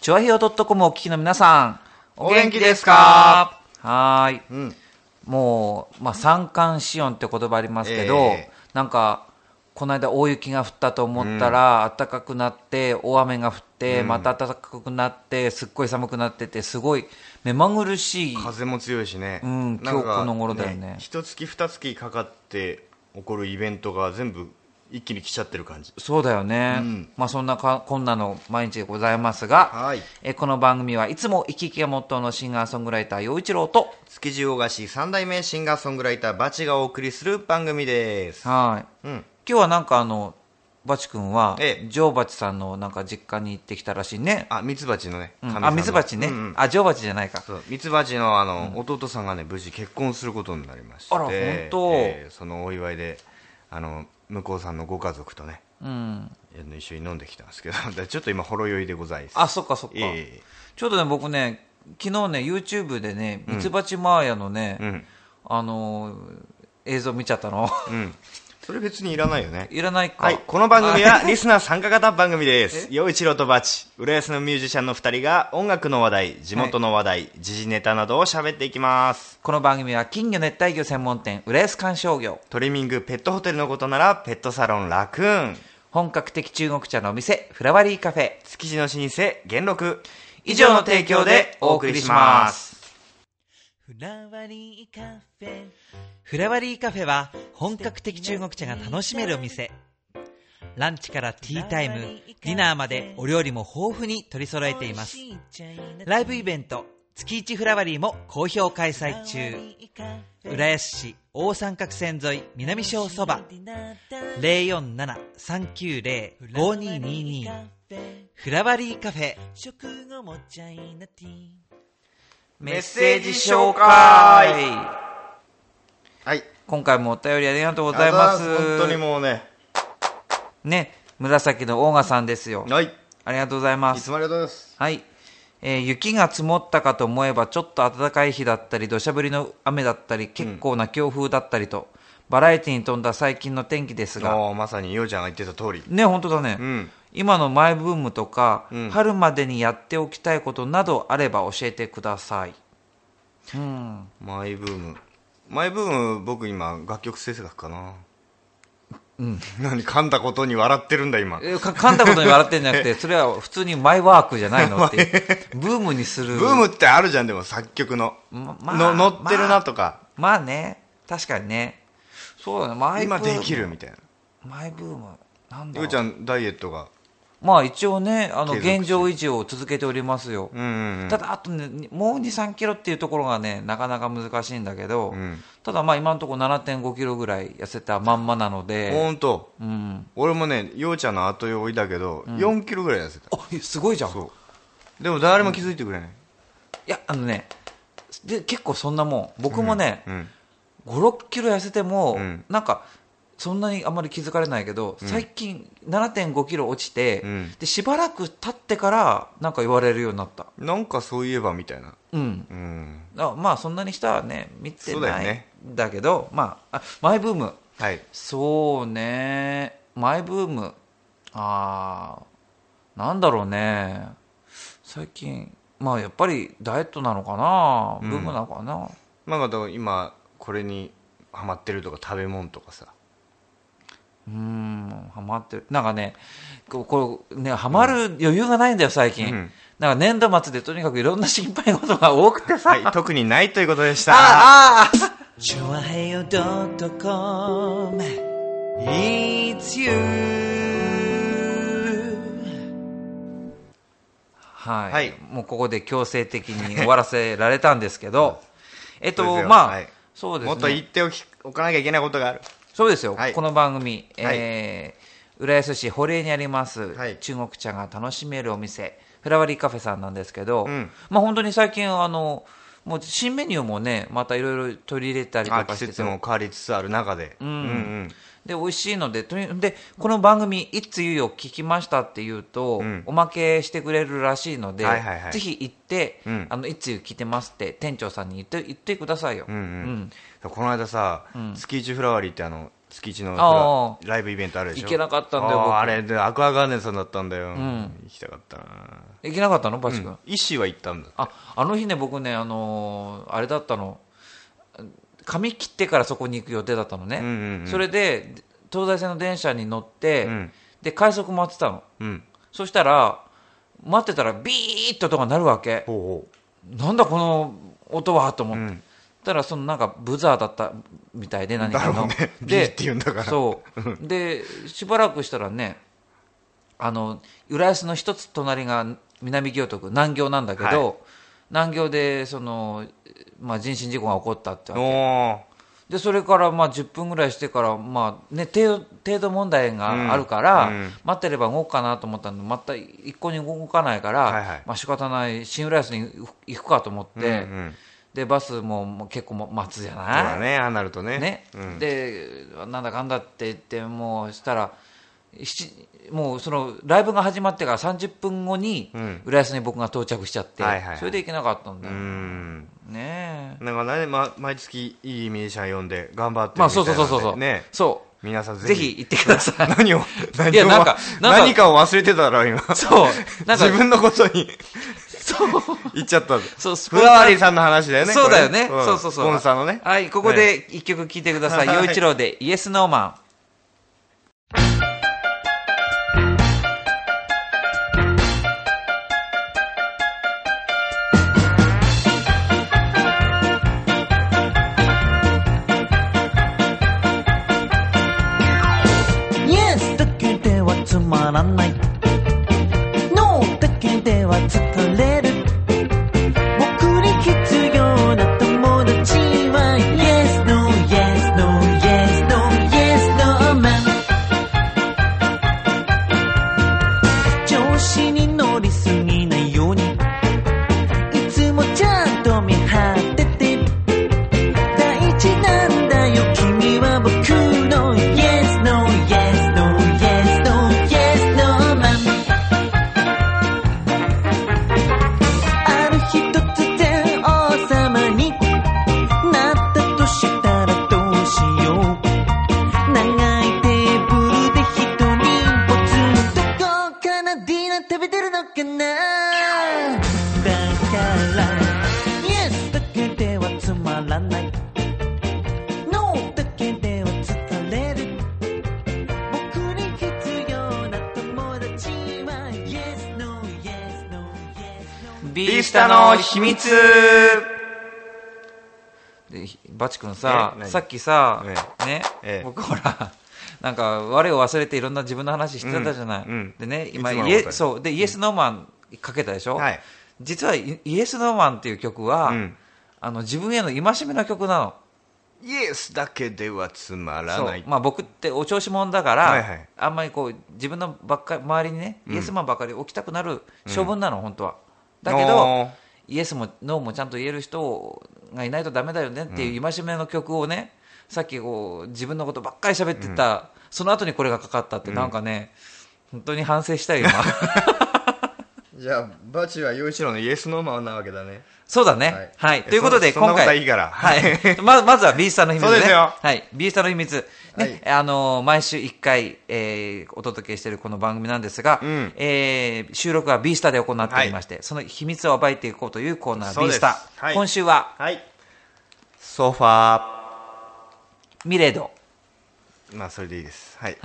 チョアヘヨ .com をお聞きの皆さん、 お元気ですか？ はーい。もう、三寒四温って言葉ありますけど、なんか、この間大雪が降ったと思ったら、暖かくなって、大雨が降って、また暖かくなって、すっごい寒くなってて、すごい目まぐるしい。 風も強いしね。 今日この頃だよね。 一月二月かかって起こるイベントが全部一気に来ちゃってる感じ。 そうだよね。そんなこんなの毎日でございますが、 はい、 この番組はいつも生き生きがモットーのシンガーソングライター陽一郎と築地大菓子三代目シンガーソングライターバチがお送りする番組です。 はい、今日はなんかバチ君は、女王バチさんのなんか実家に行ってきたらしいね。 ミツバチのね。 ミツバチね。女王バチじゃないか。 ミツバチの弟さんがね、無事結婚することになりまして。 あら、本当。 そのお祝いで、向こうさんのご家族とね、一緒に飲んできたんですけど、ちょっと今ほろ酔いでございます。 あ、そっかそっか。ちょうどね、僕ね、昨日ね、YouTube でね、ミツバチマーヤのね、映像見ちゃったの。 それ別にいらないよね。 いらないか。 はい、この番組はリスナー参加型番組です。陽一郎とバチ、浦安のミュージシャンの2人が音楽の話題、地元の話題、時事ネタなどを喋っていきます。 この番組は金魚熱帯魚専門店浦安観賞魚、 トリミングペットホテルのことならペットサロンラクーン、 本格的中国茶のお店フラワリーカフェ、 築地の老舗元禄、 以上の提供でお送りします。 フラワリーカフェ。フラワリーカフェは本格的中国茶が楽しめるお店。ランチからティータイム、ディナーまでお料理も豊富に取り揃えています。ライブイベント月一フラワリーも好評開催中。浦安市大三角線沿い南小そば 047-390-5222 フラワリーカフェ。 メッセージ紹介。 はい、 今回もお便りありがとうございます。 本当にもうね、紫のオーガさんですよ。 はい、 ありがとうございます。 いつもありがとうございます。 はい、雪が積もったかと思えばちょっと暖かい日だったり土砂降りの雨だったり結構な強風だったりと、バラエティに富んだ最近の天気ですが、 まさにようちゃんが言ってた通りね、本当だね、今のマイブームとか、春までにやっておきたいことなどあれば教えてください。 マイブーム、僕今楽曲制作かな。何噛んだことに笑ってるんだ今。 噛んだことに笑ってんじゃなくてそれは普通にマイワークじゃないのってブームにする。 ブームってあるじゃん。でも作曲の、乗ってるなとか。 まあね、確かにね。そうだね、マイブーム今できるみたいな。 マイブームなんだろう。 ようちゃんダイエットがまあ一応ね、現状維持を続けておりますよ。ただあとね、もう2、3キロっていうところがね、なかなか難しいんだけど、ただまあ今のところ 7.5 キロぐらい痩せたまんまなので。 本当。俺もね、ようちゃんの後追いだけど、4キロぐらい痩せた。 あ、すごいじゃん。 そう。でも誰も気づいてくれない。 いや、で結構そんなもん。僕もね、5、6キロ痩せても、なんかそんなにあんまり気づかれないけど、最近 7.5 キロ落ちて、でしばらく経ってからなんか言われるようになった。 なんかそういえばみたいな。 まあそんなに人はね見てないんだけど、まあマイブーム、そうね、マイブーム、なんだろうね、最近まあやっぱりダイエットなのかな、ブームなのかな。 まあ今これにハマってるとか食べ物とかさ。 ハマってる。なんかね、これね、ハマる余裕がないんだよ最近。なんか年度末でとにかくいろんな心配事が多くてさ。 特にないということでした。 チョアヘヨ .com It's you。 はい、もうここで強制的に終わらせられたんですけどまあ、そうですね、 もっと言っておかなきゃいけないことがある。 そうですよ、この番組、浦安市保冷にあります、中国茶が楽しめるお店フラワリーカフェさんなんですけど、まあ本当に最近もう新メニューもねまたいろいろ取り入れたりとかしてて、 季節も変わりつつある中で、 で美味しいので、この番組「いつゆいを聞きました」って言うと、おまけしてくれるらしいので、ぜひ行って「いつゆ聞いてます」って店長さんに言ってくださいよ。 この間さ、月一フラワリーって月一のライブイベントあるでしょ。 行けなかったんだよ僕。 あれでアクアガーデンさんだったんだよ、行きたかったな。 行けなかったのバチ君。 石は行ったんだ。 あの日ね僕ねあれだったの、髪切ってからそこに行く予定だったのね、それで東西線の電車に乗って、で快速待ってたの、そしたら待ってたらビーッと音が鳴るわけ。なんだこの音はと思って、たらそのなんかブザーだったみたいで何かの、 ね、ビーって言うんだから。 そうでしばらくしたらね浦安の一つ隣が南行徳南行なんだけど、南行でその、人身事故が起こったってわけで、それから10分ぐらいしてから、程度問題があるから、待ってれば動くかなと思ったんで、また一向に動かないから、仕方ない新浦安に行くかと思って、でバスも結構待つじゃない。 そうだね、ああなるとね。 でなんだかんだって言ってもうしたらもうそのライブが始まってから30分後に浦安に僕が到着しちゃって、それで行けなかったんだよね。 なんかね、毎月いいミュージシャン呼んで頑張ってるみたいなのでね。 そう皆さんぜひ行ってください。 何かを忘れてたろ今。 そう自分のことに言っちゃった。フラワーリーさんの話だよね。 そうだよね。そうスポンサーのね。 はい、ここで一曲聴いてください。陽一郎でイエスノーマン。 つまらない No だけでは疲れる僕に必要な友達は Yes No Yes No Yes No Yes No Man 調子に乗りすぎないようにいつもちゃんと見張ってて大事なんだよ君は僕の Yes No Yes No ビースタの秘密。 でバチ君さ、さっきさ、僕ほらなんか我を忘れていろんな自分の話してたじゃない、でね今イエスノーマンかけたでしょ、実はイエスノーマンっていう曲は、自分への戒めの曲なの。 イエスだけではつまらない。 僕ってお調子者だから、あんまりこう自分の周りにね、イエスマンばっかり置きたくなる性分なの、本当は。だけどイエスもノーもちゃんと言える人がいないとダメだよねっていう戒めの曲をね、さっきこう自分のことばっかり喋ってた、その後にこれがかかったって、なんかね本当に反省したよ今。 じゃあバチは陽一郎のイエスノーマンなわけだね。 そうだね。はい。ということで今回いいから。 はい。まずはビースタの秘密ね。 そうですよ。 はい。ビースタの秘密ね、毎週1回お届けしているこの番組なんですが、収録はビースタで行っておりまして、その秘密を暴いていこうというコーナービースタ。今週はソファーミレード。 それでいいです。はい。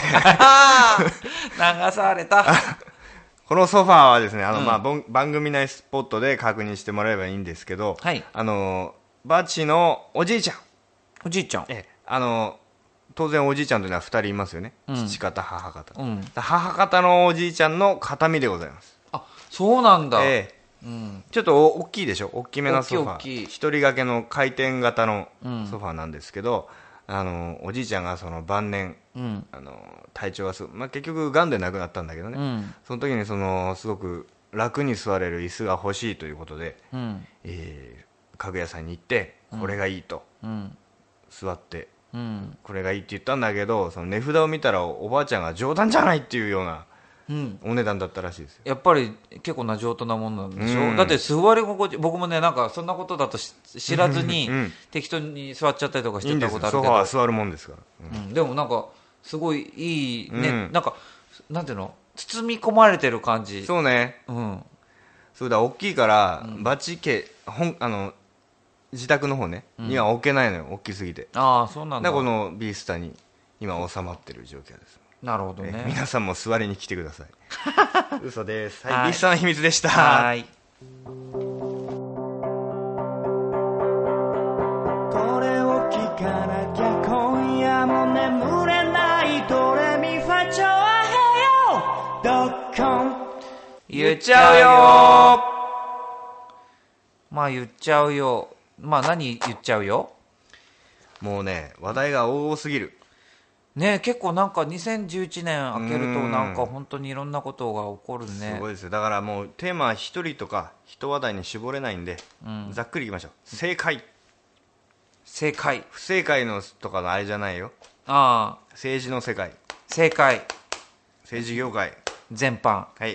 流された。 このソファーはですね、番組内スポットで確認してもらえばいいんですけど、バチのおじいちゃん。 おじいちゃん。 当然おじいちゃんというのは2人いますよね。父方、母方。母方のおじいちゃんの形見でございます。 あ、そうなんだ。 ちょっと大きいでしょ。大きめのソファー。一人掛けの回転型のソファーなんですけど、おじいちゃんがその晩年、体調が結局がんで亡くなったんだけどね、その時にすごく楽に座れる椅子が欲しいということで、家具屋さんに行ってこれがいいと、座って、これがいいって言ったんだけど、その値札を見たらおばあちゃんが冗談じゃないっていうようなお値段だったらしいですよ。 やっぱり結構な上等なものなんでしょ、だって座り心地、僕もねなんかそんなことだと知らずに適当に座っちゃったりとかしてたことあるけど、 いいんですよ、ソファーは座るもんですから、 でもなんかすごいいいね、なんかなんていうの、包み込まれてる感じ。 そうね、そうだ、大きいから、バチ家自宅の方ね、には置けないのよ、大きすぎて。 ああ、そうなんだ。 このビースタに今収まってる状況です。 なるほどね。 皆さんも座りに来てください。嘘です。はい、ビースタの秘密でした。はい。 これを聞かなきゃ今夜も眠れないドレミファチョアヘヨドッコン言っちゃうよ。まあ言っちゃうよ。まあ何言っちゃうよ。 もうね、話題が多すぎるね。結構なんか2011年明けるとなんか本当にいろんなことが起こるね。 すごいですよ。だからもうテーマは一人とか一話題に絞れないんで、ざっくりいきましょう。正解、不正解のとかのあれじゃないよ。 ああ、 政治の世界、 正解、 政治業界全般。 はい。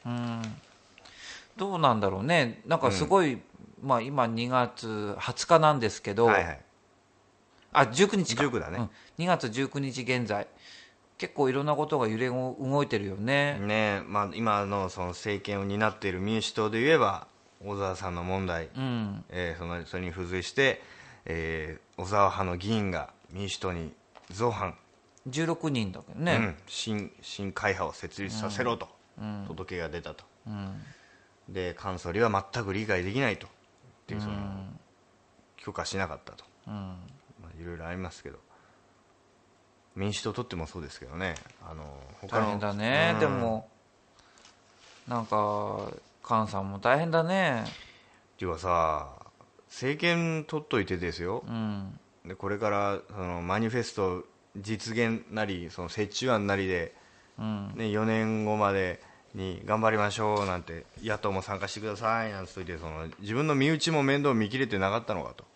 どうなんだろうね。なんかすごい、まあ今2月20日なんですけど、 はいはい、 あ、19日か。 19だね、 2月19日現在、結構いろんなことが動いてるよね。 ね、まあ、今のその政権を担っている民主党で言えば小沢さんの問題、それに付随して、小沢派の議員が民主党に造反、 16人だけどね、 新会派を設立させろと、届けが出たと、で菅総理は全く理解できないと、その許可しなかったと、いろいろありますけど、民主党とってもそうですけどね、 大変だね、でもなんか菅さんも大変だね。 っていうかさ、政権取っといてですよ、でこれからそのマニフェスト実現なり、その折衷案なりで、4年後までに頑張りましょうなんて、野党も参加してくださいなんて言って、その自分の身内も面倒見きれてなかったのかと。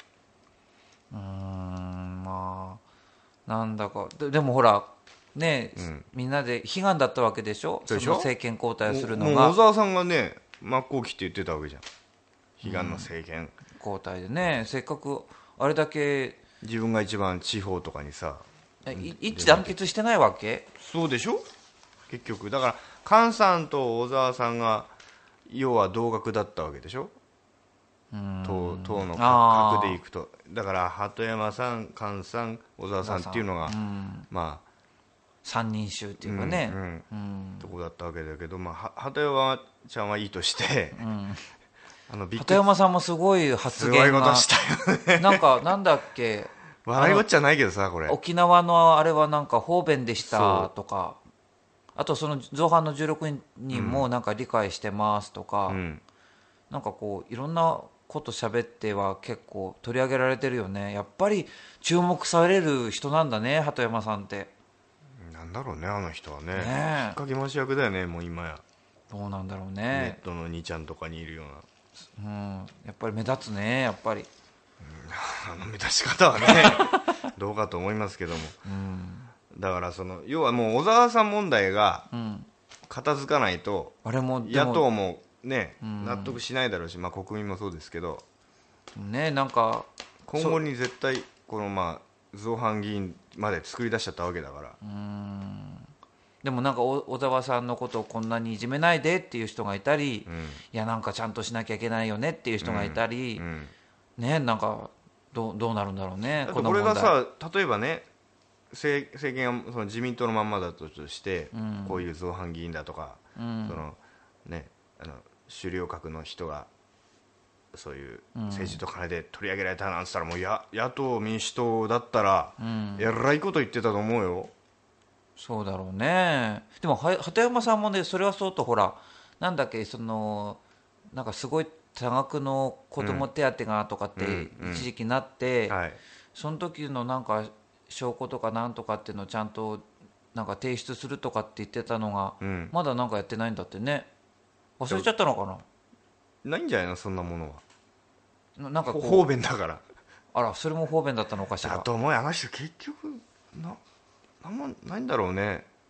まあなんだか でもほらね、みんなで悲願だったわけでしょ、その政権交代するのが。 もう小沢さんがね、真っ向きって言ってたわけじゃん、悲願の政権交代でね。せっかくあれだけ自分が一番地方とかにさ、 一致団結してないわけ。 そうでしょ、結局。だから菅さんと小沢さんが要は同額だったわけでしょ、党の格でいくと。だから鳩山さん、菅さん、小沢さんっていうのが、まあ三人衆っていうかね、 とこだったわけだけど、鳩山ちゃんはいいとして、 鳩山さんもすごい発言が、 すごいことしたよね。 なんだっけ、 笑いごっちゃないけどさ、これ沖縄のあれはなんか方便でしたとか、あとその造反の16人もなんか理解してますとか、なんかこういろんなこと喋っては結構取り上げられてるよね。やっぱり注目される人なんだね、鳩山さんって。 なんだろうね、あの人はね。引っ掛け回し役だよね、もう今や。 どうなんだろうね。 ネットの2ちゃんとかにいるような。やっぱり目立つね、やっぱり。 目立ち方はねどうかと思いますけども、だからその要はもう小沢さん問題が片付かないと、野党もね、納得しないだろうし、国民もそうですけどね、なんか今後に絶対この造反議員まで作り出しちゃったわけだから。 でもなんか小沢さんのことをこんなにいじめないでっていう人がいたり、いやなんかちゃんとしなきゃいけないよねっていう人がいたり、ね、なんかどうなるんだろうね。 これがさ、例えばね、政権はその自民党のまんまだとして、こういう造反議員だとか、そのね、首領格の人がそういう政治と金で取り上げられたなんて言ったら、もう野党民主党だったら、えらいこと言ってたと思うよ。 そうだろうね。でも鳩山さんもね、それはそうと、ほらなんだっけ、そのなんかすごい多額の子ども手当がとかって一時期なって、その時のなんか証拠とかなんとかっていうのをちゃんとなんか提出するとかって言ってたのが、まだなんかやってないんだってね。忘れちゃったのかな。 ないんじゃないの、そんなものは。 なんかこう方便だから。 あら、それも方便だったのかしら。 だと思うよ、あの人結局なんもないんだろうね。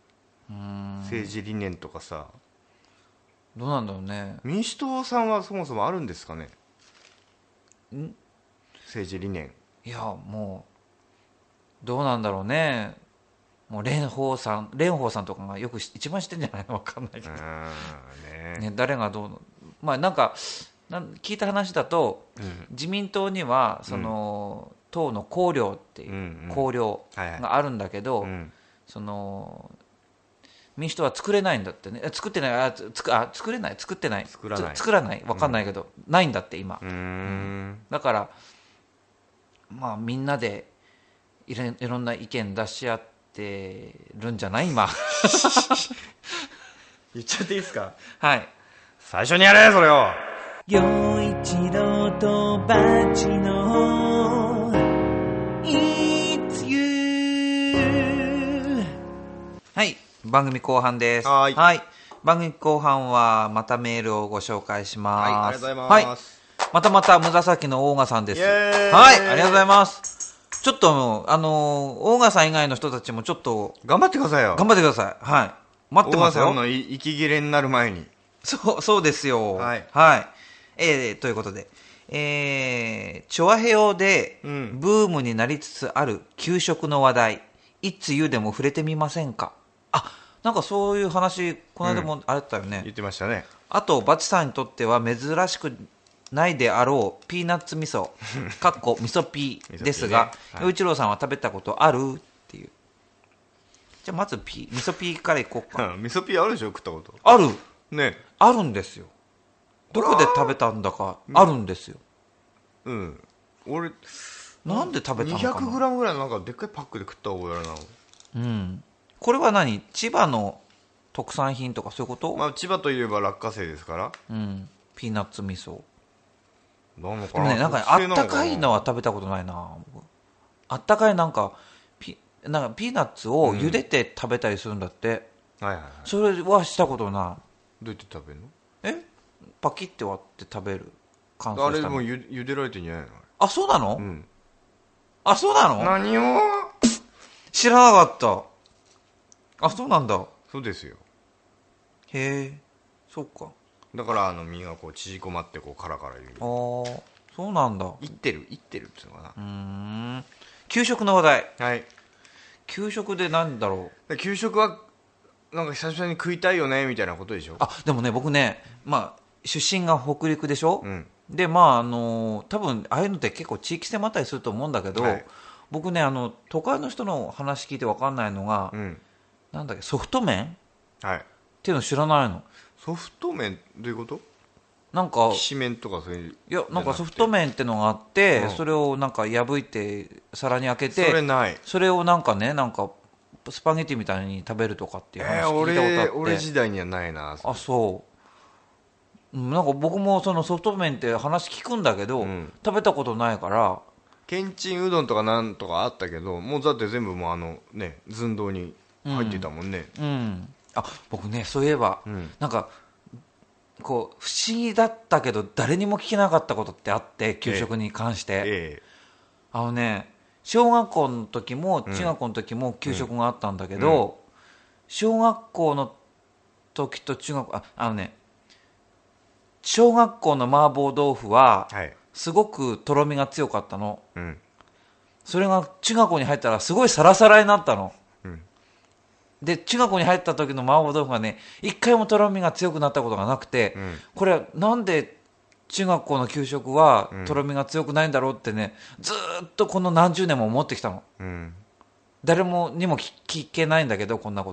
政治理念とかさ。 どうなんだろうね。 民主党さんはそもそもあるんですかね。政治理念。 いやもうどうなんだろうね。もう蓮舫さんとかがよく一番知ってんじゃないの、分かんないけどね、誰がどうの、まあなんか聞いた話だと、自民党にはその、党の綱領っていう綱領があるんだけど、その民主党は作れないんだってね。作ってない、作れない、作ってない、作らない、分かんないけど、ないんだって今。だからまあみんなでいろんな意見出し合ってるんじゃない今。 言っちゃっていいですか。 はい。 最初にやれそれを。 陽一郎とバチの It's You。 はい、番組後半です。 はい、 番組後半はまたメールをご紹介します。 はい、ありがとうございます。 また紫の大賀さんです。 イエーイ。 はい、ありがとうございます。ちょっと大賀さん以外の人たちもちょっと頑張ってくださいよ。 頑張ってください。はい、待ってますよ。 大賀さんの息切れになる前に。 そうですよ。 はい、 ということで、チョアヘヨでブームになりつつある給食の話題、いつゆでも触れてみませんか。なんかそういう話この間もあったよね、 言ってましたね。 あとバチさんにとっては珍しくないであろうピーナッツ味噌かっこ味噌ピーですが、陽一郎さんは食べたことあるっていう。じゃあまず味噌ピーからいこうか。 味噌ピーあるでしょ、食ったこと。 あるね。 あるんですよ。どこで食べたんだかあるんですよ。 俺なんで食べたのかな。 200g ぐらいのなんかでっかいパックで食った覚えあるな。 これは何、千葉の特産品とかそういうこと？ まあ千葉といえば落花生ですから。 ピーナッツ味噌なのかな。 でもね、なんかあったかいのは食べたことないな。あったかいなんかピーナッツを茹でて食べたりするんだって。それはしたことない。 どうやって食べるの？ パキッて割って食べる。 あれもう茹でられてんじゃないの？ あ、そうなの？あ、そうなの？ 何を？ 知らなかった。あ、そうなんだ。 そうですよ。 へえ、そうか。 だから身がこう縮こまってこうカラカラいう。 そうなんだ。 いってるっていうのかな。 給食の話題。 はい。 給食でなんだろう。給食はなんか久々に食いたいよねみたいなことでしょ。 でもね、僕ね、まあ出身が北陸でしょ。でまあ多分ああいうのって結構地域性もあったりすると思うんだけど、僕ね都会の人の話聞いて分かんないのが、なんだっけ、ソフト麺、っていうの知らないの。 ソフト麺どういうこと？ なんかきしめんとかそういう。 いや、なんかソフト麺ってのがあって、それをなんか破いて皿に開けて、それをなんかね、なんかスパゲティみたいに食べるとかっていう話聞いたことあって。 俺時代にはないな。 あ、そう。なんか僕もそのソフト麺って話聞くんだけど、食べたことないから。 けんちんうどんとかなんとかあったけど、もうだって全部もうね、寸胴に入ってたもんね。 僕ね、そういえば、なんかこう不思議だったけど誰にも聞けなかったことってあって、給食に関して、小学校の時も中学校の時も給食があったんだけど、小学校の時と中学小学校の麻婆豆腐はすごくとろみが強かったの、それが中学校に入ったらすごいサラサラになったの、で中学校に入った時の麻婆豆腐がね、一回もとろみが強くなったことがなくて、これはなんで中学校の給食はとろみが強くないんだろうってね、ずっとこの何十年も思ってきたの、誰もにも聞けないんだけどこんなこと、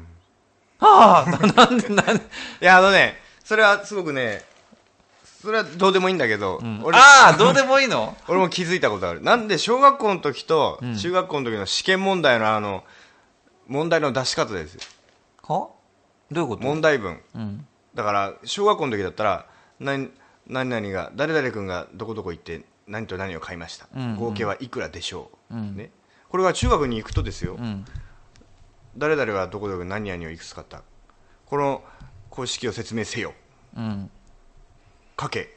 なんでいやそれはすごくね、それはどうでもいいんだけど、 どうでもいいの？ 俺も気づいたことある。なんで小学校の時と中学校の時の試験問題の問題の出し方ですよ。 は？どういうこと？ 問題文、だから小学校の時だったら何々が誰々君がどこどこ行って何と何を買いました、合計はいくらでしょう、ね、これが中学に行くとですよ、誰々がどこどこ何々をいくつ買った、この公式を説明せよ、書け、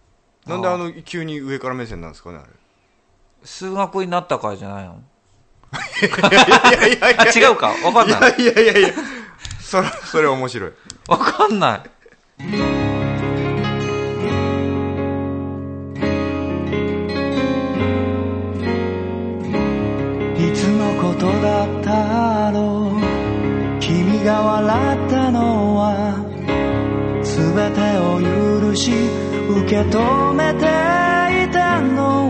なんで急に上から目線なんですかね。あれ数学になったからじゃないの？ あ、違うかわかんない。 いやそれ面白い。 わかんない。 いつのことだったろう、君が笑ったのは全てを許し受け止めていたの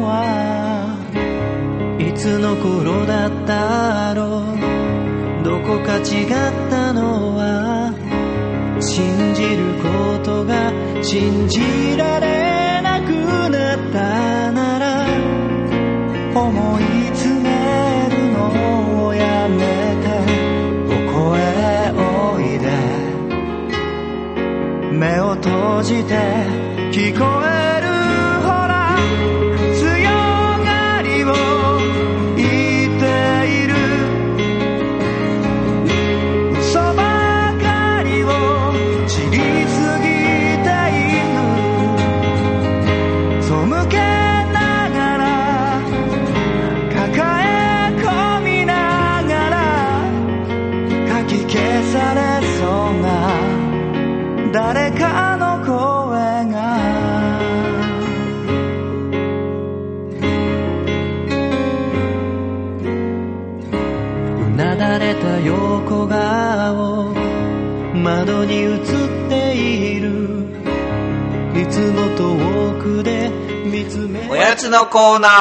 はいつの頃だったろう、どこか違ったのは信じることが信じられなくなったなら思い詰めるのをやめてここへおいで、目を閉じて聞こえるほら強がりを言っている、嘘ばかりを知りすぎている、背けながら抱え込みながらかき消されそうな誰かの声がうなだれた横顔窓に映っている、いつも遠くで見つめおやつのコーナー。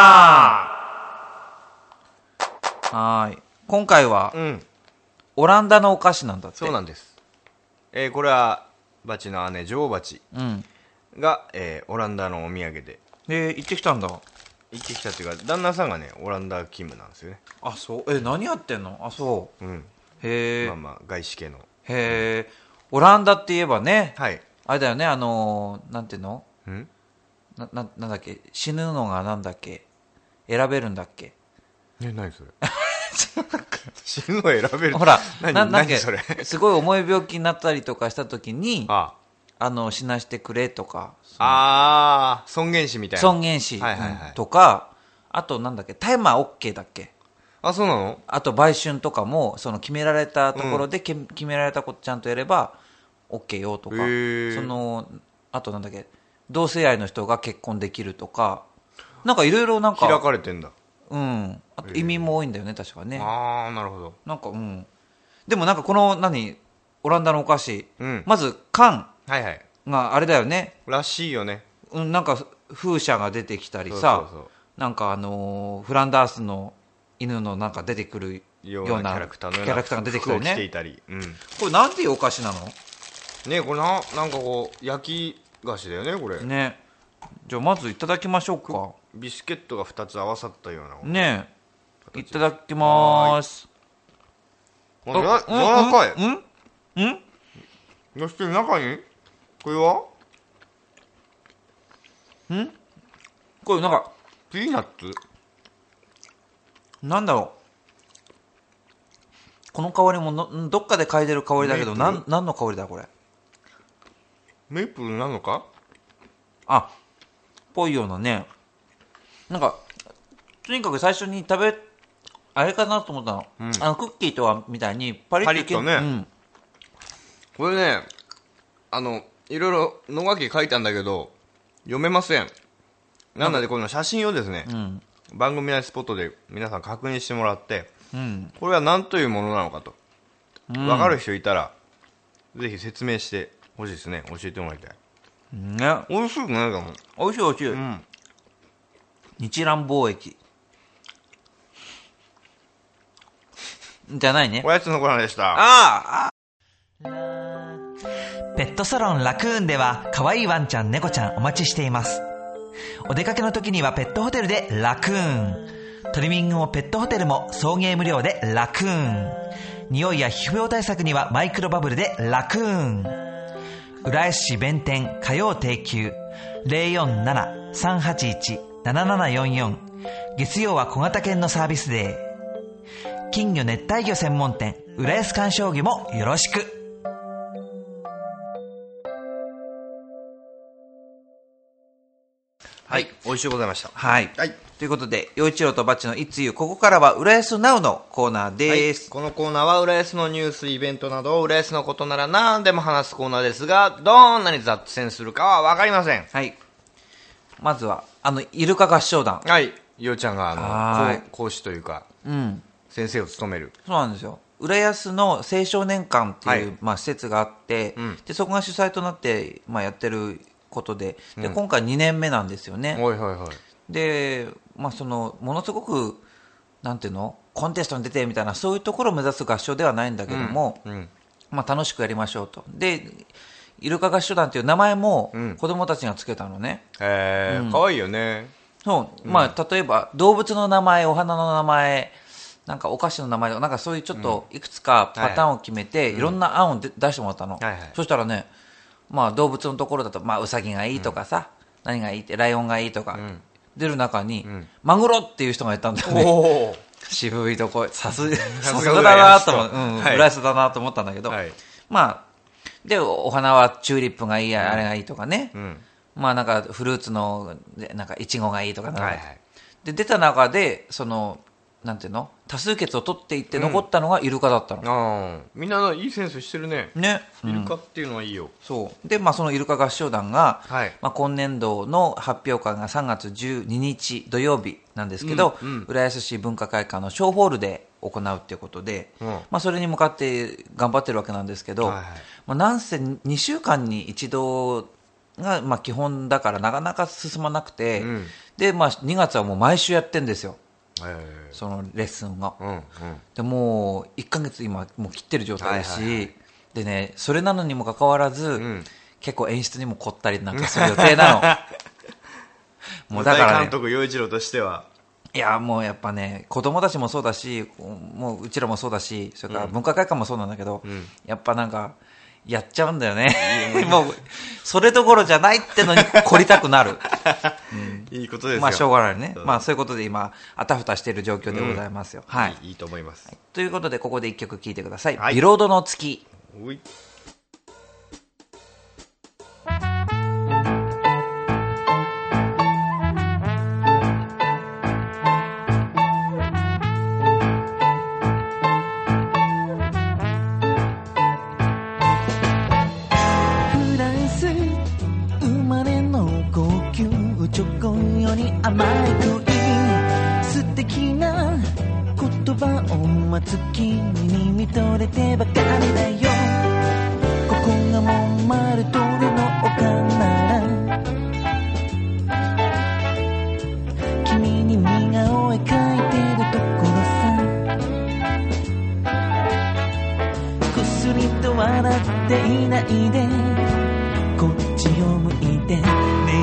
はい。今回は、オランダのお菓子なんだって。 そうなんです。これはバチの姉女王バチが、オランダのお土産で行ってきたんだ。 行ってきたっていうか旦那さんがねオランダ勤務なんですよね。 あ、そう。何やってんの？あ、そう。へえ。 まあ外資系の。 へえ。オランダって言えばね、 はい。 あれだよね、なんていうの？なんだっけ、死ぬのがなんだっけ、選べるんだっけ。 何それ。死ぬの選べる。 ほら、 何それ。 すごい重い病気になったりとかしたときに、死なしてくれとか。 尊厳死みたいな。 尊厳死とか、あとなんだっけ、大麻 OK だっけ。 あ、そうなの？ あと売春とかも、その決められたところで、決められたことちゃんとやれば OK よとか、あとなんだっけ、同性愛の人が結婚できるとか、なんかいろいろなんか開かれてんだ。 あと移民も多いんだよね、確かね。 なるほど。 なんかでもなんかこのオランダのお菓子、まず缶があれだよね。 らしいよね。 なんか風車が出てきたりさ、なんかフランダースの犬のなんか出てくるようなキャラクターが出てくるよね。これなんていうお菓子なの？ ね、これなんかこう焼き菓子だよね、これね。じゃあまずいただきましょうか。 ビスケットが2つ合わさったようなねえ、いただきまーす。 柔らかい。そして中にこれはこれなんかピーナッツなんだろう、この香りもどっかで嗅いでる香りだけど、何の香りだこれ。 メープルなのか？ ぽいようなね。なんかとにかく最初にあれかなと思ったの、クッキーとはみたいにパリッとね、 これね、いろいろの書き書いたんだけど読めません。なのでこの写真をですね、番組内スポットで皆さん確認してもらって、これは何というものなのかと、分かる人いたらぜひ説明してほしいですね。教えてもらいたいね。美味しいね。でも美味しい美味しい、日蘭貿易じゃないね。 おやつのコーナーでした。 ペットサロンラクーンでは可愛いワンちゃん猫ちゃんお待ちしています。お出かけの時にはペットホテルでラクーン、トリミングもペットホテルも送迎無料でラクーン、匂いや皮膚病対策にはマイクロバブルでラクーン。浦安市弁天火曜定休 047-381-7744、月曜は小型犬のサービスデー。金魚熱帯魚専門店浦安観賞魚もよろしく。 はい、美味しゅうございました。 はい。とということで、陽一郎とバッチのいつゆ、ここからは浦安ナウのコーナーです。 このコーナーは浦安のニュース、イベントなど、浦安のことなら何でも話すコーナーですが、どんなに雑線するかは分かりません。 はい。まずは、イルカ合唱団。 はい。ようちゃんが、講師というか、 うん。 先生を務める。 そうなんですよ。浦安の青少年館っていう、施設があって、で、そこが主催となって、やってることで、で、今回2年目なんですよね。で、ものすごく、なんていうのコンテストに出てみたいな、そういうところを目指す合唱ではないんだけども、楽しくやりましょうと。で、イルカ合唱団っていう名前も子供たちがつけたのね。 かわいいよね。 そう。例えば、動物の名前、お花の名前、なんかお菓子の名前とか、なんかそういうちょっといくつかパターンを決めて、いろんな案を出してもらったの。そしたらね、動物のところだと、ウサギがいいとかさ、何がいいって、ライオンがいいとか、出る中に、マグロっていう人がいたんだよね。渋いとこ、さすがだなと思って、浦安だなと思ったんだけど、で、お花はチューリップがいい、あれがいいとかね、なんかフルーツの、なんかイチゴがいいとか、で、出た中で、なんていうの多数決を取っていって残ったのがイルカだったの。 みんないいセンスしてるね。イルカっていうのはいいよ。 そう。で、そのイルカ合唱団が、今年度の発表会が3月12日土曜日なんですけど、浦安市文化会館の小ホールで行うっていうことで、それに向かって頑張ってるわけなんですけど、なんせ2週間に一度が、基本だからなかなか進まなくて、で、2月はもう毎週やってんですよ。そのレッスンが、でもう1ヶ月今もう切ってる状態だし、でね、それなのにもかかわらず、結構演出にも凝ったりなんかする予定なの。 もうだからね、監督陽一郎としては、 いやもうやっぱね、子供たちもそうだし、もううちらもそうだし、それから文化会館もそうなんだけど、やっぱなんかやっちゃうんだよね。もうそれどころじゃないってのに凝りたくなる。 いいことですよ。 しょうがないね。そういうことで今あたふたしている状況でございますよ。 いいと思います。 ということでここで一曲聴いてください。ビロードの月。 チョコより甘い恋素敵な言葉を待つ君に見とれてばかりだよ。ここがモンマルトルの丘なら君に似顔絵描いてるところさ。くすりと笑っていないでこっちを向いてね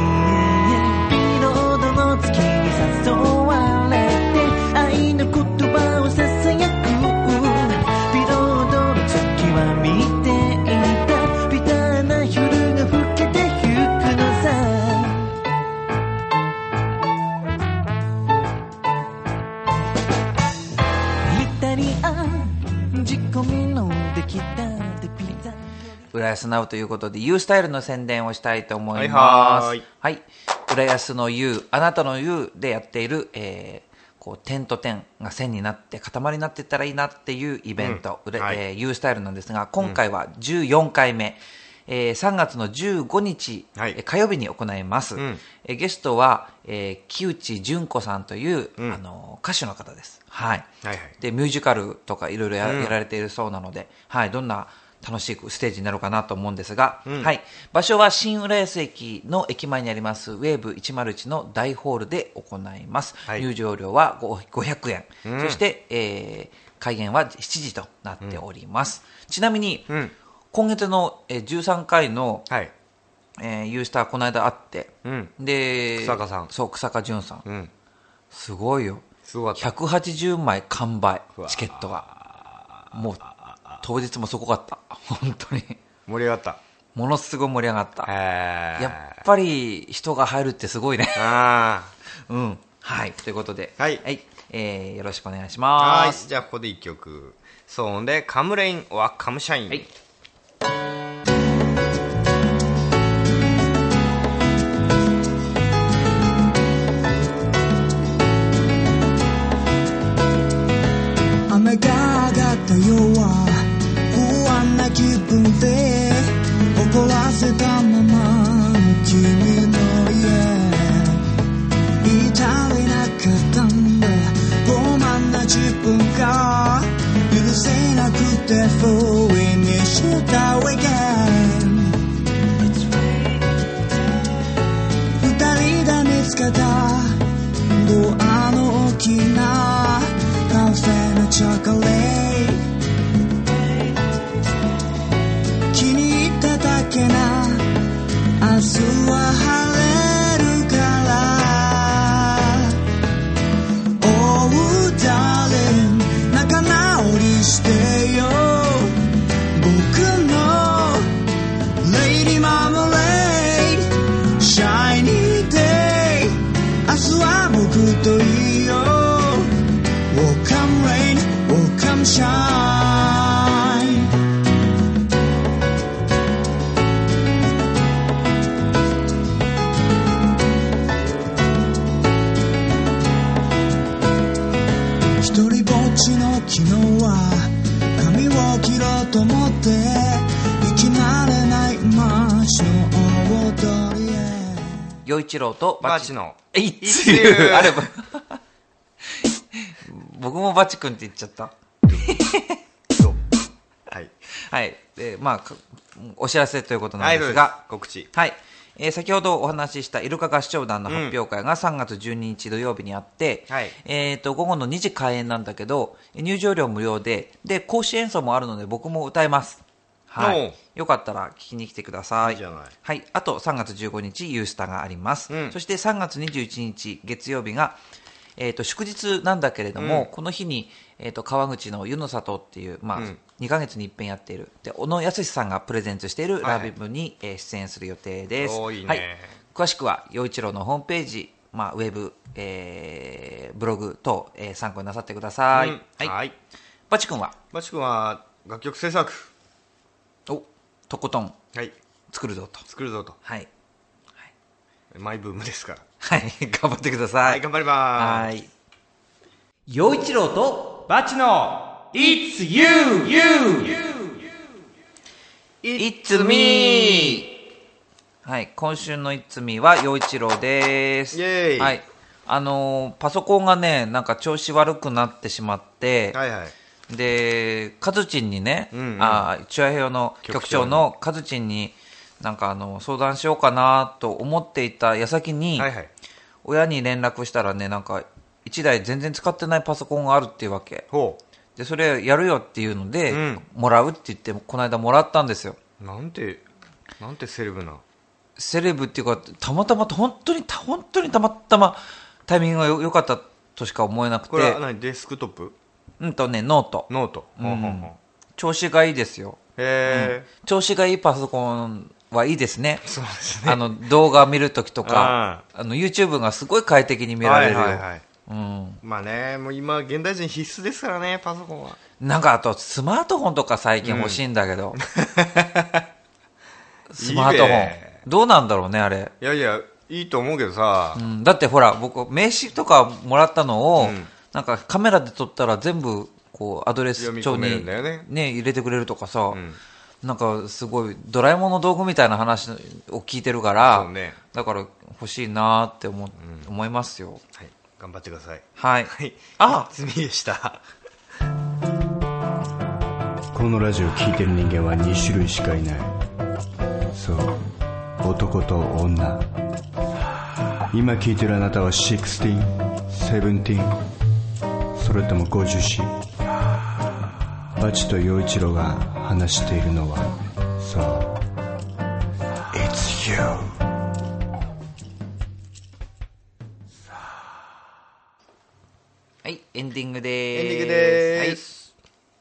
月に誘われて愛の言葉をささやくビロードの月は見ていたビターな夜が更けてゆくのさ。イタリア仕込みのできたてピザ。 浦安ナウということで U スタイルの宣伝をしたいと思います。はい。浦安の U、あなたの U でやっている、点と点が線になって塊になっていったらいいなっていうイベント、U スタイルなんですが、今回は14回目、3月の15日、火曜日に行います。ゲストは、木内純子さんという、歌手の方です。で、ミュージカルとかいろいろやられているそうなので、どんな楽しいステージになるかなと思うんですが、場所は新浦安駅の駅前にありますウェーブ101の大ホールで行います。入場料は500円、そして、開演は7時となっております。ちなみに、今月の13回の、ユースターこの間会って、で草加さん、 そう草加純さん、すごいよ。180枚完売、チケットがもう当日もすごかった。本当に盛り上がった。 ものすごい盛り上がった。やっぱり人が入るってすごいね。はい、ということで、よろしくお願いします。 じゃあここで1曲、騒音でカムレインはカムシャイン。 せたまま君の家至れなかったんだ傲慢な自分が許せなくて Finish the weekend 二人で見つけたドアの大きなカフェのチョコレート気に入っただけな明日は晴れるからOh darling 仲直りしてよ僕の Lady Marmalade Shiny day 明日は僕といいよ Welcome rain Welcome shine一人ぼっちの昨日は髪を切ろうと思って行き慣れない街の大通りへ陽一郎とバチのいつゆあれば僕もバチ君って言っちゃったはいはい。で、まあ、お知らせということなんですが、 告知。 はい。先ほどお話ししたイルカ合唱団の発表会が3月12日土曜日にあって、 はい午後の2時開演なんだけど、入場料無料で、講師演奏もあるので僕も歌います。はい。よかったら聞きに来てください。 いいじゃない。 はい。あと3月15日、ユースタがあります。そして3月21日、月曜日が、祝日なんだけれども、この日に、川口の湯の里っていう、まあ、2ヶ月に一遍やっている。で、小野康さんがプレゼンツしているライブに、出演する予定です。 いいね。 はい。詳しくは、陽一郎のホームページ、まあ、ウェブ、ブログ等、参考になさってください。はい。バチ君は楽曲制作。 とことん。 はい。 作るぞと。はい。 マイブームですから。 はい。頑張ってください。 はい、頑張ります。はい。 陽一郎とバチの It's you, It's me! はい。今週の It's me は陽一郎です。 イェーイ。 はい。パソコンがね、なんか調子悪くなってしまって、 はいはい。 で、カズチンにね、チュアヘヨの局長のカズチンに、なんか相談しようかなと思っていた矢先に、親に連絡したらね、なんか1台全然使ってないパソコンがあるっていうわけ。で、それやるよっていうので、もらうって言って、この間もらったんですよ。 なんてセレブな。 セレブっていうか、たまたま、本当にたまたまタイミングが良かったとしか思えなくて。 これは何、デスクトップ？ ノート。調子がいいですよ。調子がいいパソコンはいいですね。 そうですね。 動画見るときとか、YouTube がすごい快適に見られるよ。 まあね、もう今、現代人必須ですからね、パソコンは。 なんかあと、スマートフォンとか最近欲しいんだけど。スマートフォン。どうなんだろうね、あれ。 いやいや、いいと思うけどさ。 だってほら、僕、名刺とかもらったのを、なんかカメラで撮ったら全部、こう、アドレス帳にね、入れてくれるとかさ。なんかすごいドラえもんの道具みたいな話を聞いてるから、だから欲しいなって思いますよ。 はい、頑張ってください。 はい。 罪でした。 このラジオを聞いてる人間は2種類しかいない。そう、男と女。今聞いてるあなたは16、17、それとも50歳。バチと陽一郎が話しているのは、そう、It's you。 はい、エンディングでーす。 エンディングでーす。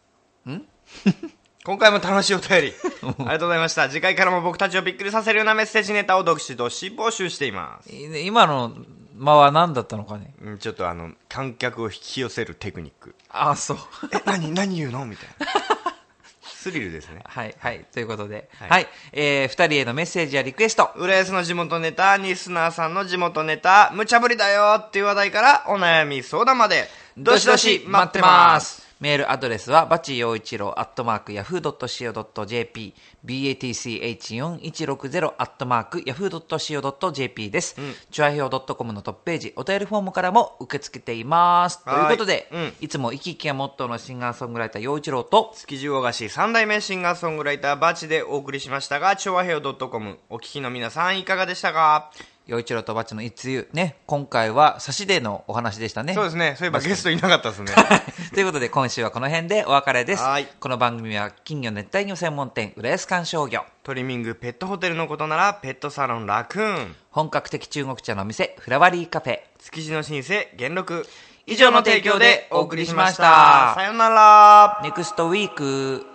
今回も楽しいお便り、ありがとうございました。次回からも僕たちをびっくりさせるようなメッセージネタをどしどし募集しています。 今の間は何だったのかね。 ちょっと観客を引き寄せるテクニック。 そう。 何言うのみたいな。スリルですね。 はい、はい。ということで。はい。二人へのメッセージやリクエスト。 浦安の地元ネタ、リスナーさんの地元ネタ、無茶ぶりだよっていう話題からお悩み相談まで、どしどし待ってます。 メールアドレスはバチ陽一郎@yahoo.co.jp batch4160 @yahoo.co.jp です。チュアヘオ .com のトップページお便りフォームからも受け付けています。ということで、いつも生き生きがモットーのシンガーソングライター陽一郎と築地大菓子3代目シンガーソングライターバチでお送りしましたが、チョアヘオ .com お聞きの皆さんいかがでしたか？ 陽一郎とバチの一湯ね、今回は差しでのお話でしたね。 そうですね。そういえばゲストいなかったですね。 ということで今週はこの辺でお別れです。 はい。 この番組は金魚熱帯魚専門店浦安観賞魚、 トリミングペットホテルのことならペットサロンラクーン、 本格的中国茶の店フラワリーカフェ、 築地の新生元禄、 以上の提供でお送りしました。 さよなら。 ネクストウィーク